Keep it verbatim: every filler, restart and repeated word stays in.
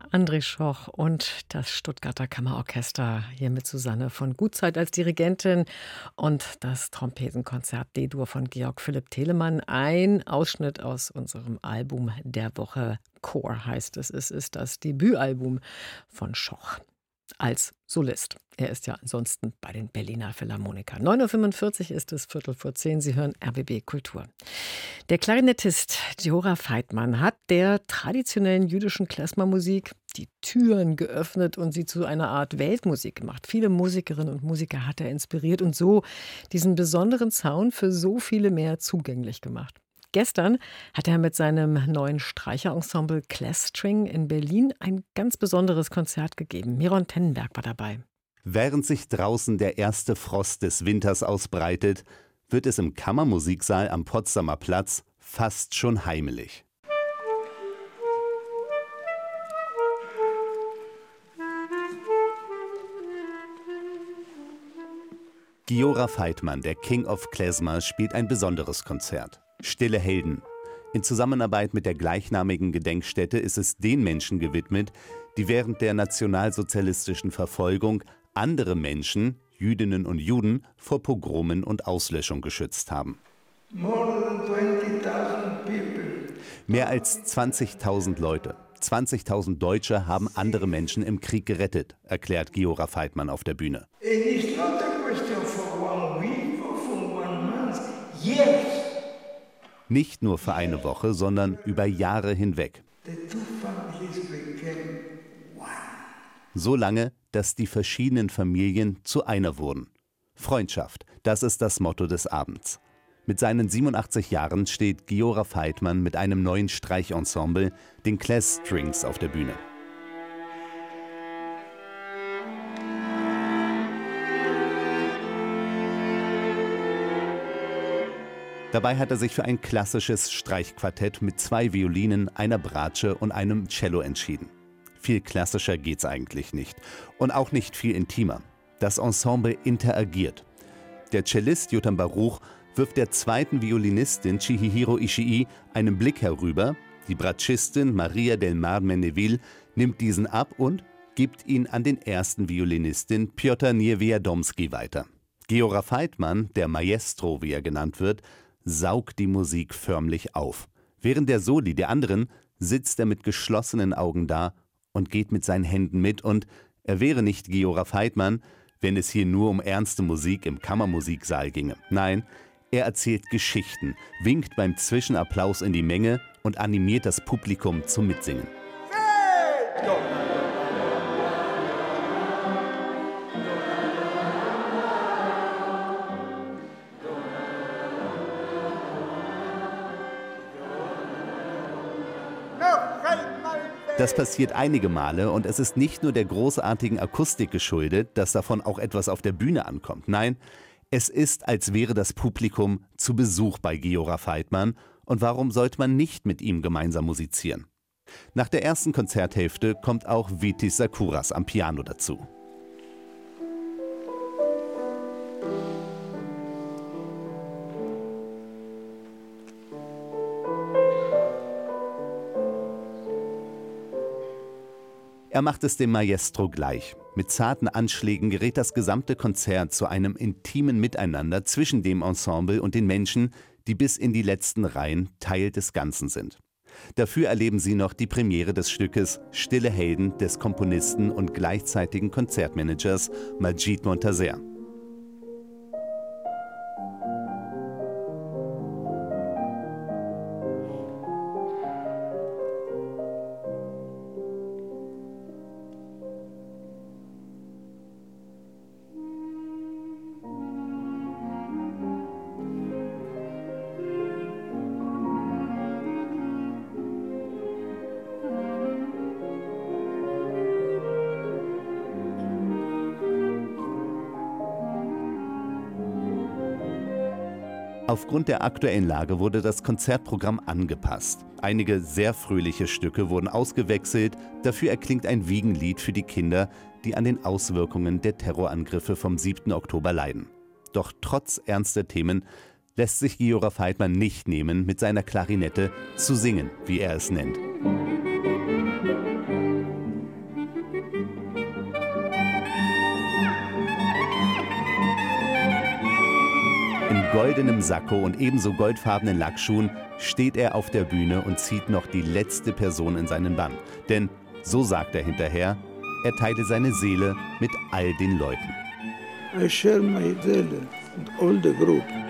André Schoch und das Stuttgarter Kammerorchester hier mit Susanne von Gutzeit als Dirigentin und das Trompetenkonzert D-Dur von Georg Philipp Telemann. Ein Ausschnitt aus unserem Album der Woche. Chor heißt es. Es ist das Debütalbum von Schoch als Solist. Er ist ja ansonsten bei den Berliner Philharmonikern. neun Uhr fünfundvierzig ist es, Viertel vor zehn. Sie hören R B B Kultur. Der Klarinettist Djora Feitmann hat der traditionellen jüdischen Klezmermusik die Türen geöffnet und sie zu einer Art Weltmusik gemacht. Viele Musikerinnen und Musiker hat er inspiriert und so diesen besonderen Sound für so viele mehr zugänglich gemacht. Gestern hat er mit seinem neuen Streicherensemble Klestring in Berlin ein ganz besonderes Konzert gegeben. Miron Tennenberg war dabei. Während sich draußen der erste Frost des Winters ausbreitet, wird es im Kammermusiksaal am Potsdamer Platz fast schon heimelig. Djora Feitmann, der King of Klezmer, spielt ein besonderes Konzert. Stille Helden. In Zusammenarbeit mit der gleichnamigen Gedenkstätte ist es den Menschen gewidmet, die während der nationalsozialistischen Verfolgung andere Menschen, Jüdinnen und Juden, vor Pogromen und Auslöschung geschützt haben. Mehr als zwanzigtausend Leute, zwanzigtausend Deutsche haben andere Menschen im Krieg gerettet, erklärt Djora Feitmann auf der Bühne. Nicht nur für eine Woche, sondern über Jahre hinweg. So lange, dass die verschiedenen Familien zu einer wurden. Freundschaft, das ist das Motto des Abends. Mit seinen siebenundachtzig Jahren steht Djora Feitmann mit einem neuen Streichensemble, den Klestrings, auf der Bühne. Dabei hat er sich für ein klassisches Streichquartett mit zwei Violinen, einer Bratsche und einem Cello entschieden. Viel klassischer geht's eigentlich nicht. Und auch nicht viel intimer. Das Ensemble interagiert. Der Cellist Yotam Baruch wirft der zweiten Violinistin Chihiro Ishii einen Blick herüber. Die Bratschistin Maria del Mar Mendeville nimmt diesen ab und gibt ihn an den ersten Violinistin Piotr Niewiadomski weiter. Djora Feitmann, der Maestro, wie er genannt wird, saugt die Musik förmlich auf. Während der Soli der anderen sitzt er mit geschlossenen Augen da und geht mit seinen Händen mit, und er wäre nicht Djora Feitmann, wenn es hier nur um ernste Musik im Kammermusiksaal ginge. Nein, er erzählt Geschichten, winkt beim Zwischenapplaus in die Menge und animiert das Publikum zum Mitsingen. Das passiert einige Male, und es ist nicht nur der großartigen Akustik geschuldet, dass davon auch etwas auf der Bühne ankommt. Nein, es ist, als wäre das Publikum zu Besuch bei Djora Feitmann, und warum sollte man nicht mit ihm gemeinsam musizieren? Nach der ersten Konzerthälfte kommt auch Vytis Sakuras am Piano dazu. Er macht es dem Maestro gleich. Mit zarten Anschlägen gerät das gesamte Konzert zu einem intimen Miteinander zwischen dem Ensemble und den Menschen, die bis in die letzten Reihen Teil des Ganzen sind. Dafür erleben Sie noch die Premiere des Stückes Stille Helden des Komponisten und gleichzeitigen Konzertmanagers Majid Montaser. Aufgrund der aktuellen Lage wurde das Konzertprogramm angepasst. Einige sehr fröhliche Stücke wurden ausgewechselt, dafür erklingt ein Wiegenlied für die Kinder, die an den Auswirkungen der Terrorangriffe vom siebten Oktober leiden. Doch trotz ernster Themen lässt sich Djora Feitmann nicht nehmen, mit seiner Klarinette zu singen, wie er es nennt. goldenem Sakko und ebenso goldfarbenen Lackschuhen steht er auf der Bühne und zieht noch die letzte Person in seinen Bann. Denn, so sagt er hinterher, er teile seine Seele mit all den Leuten. I share my Seele with all the group.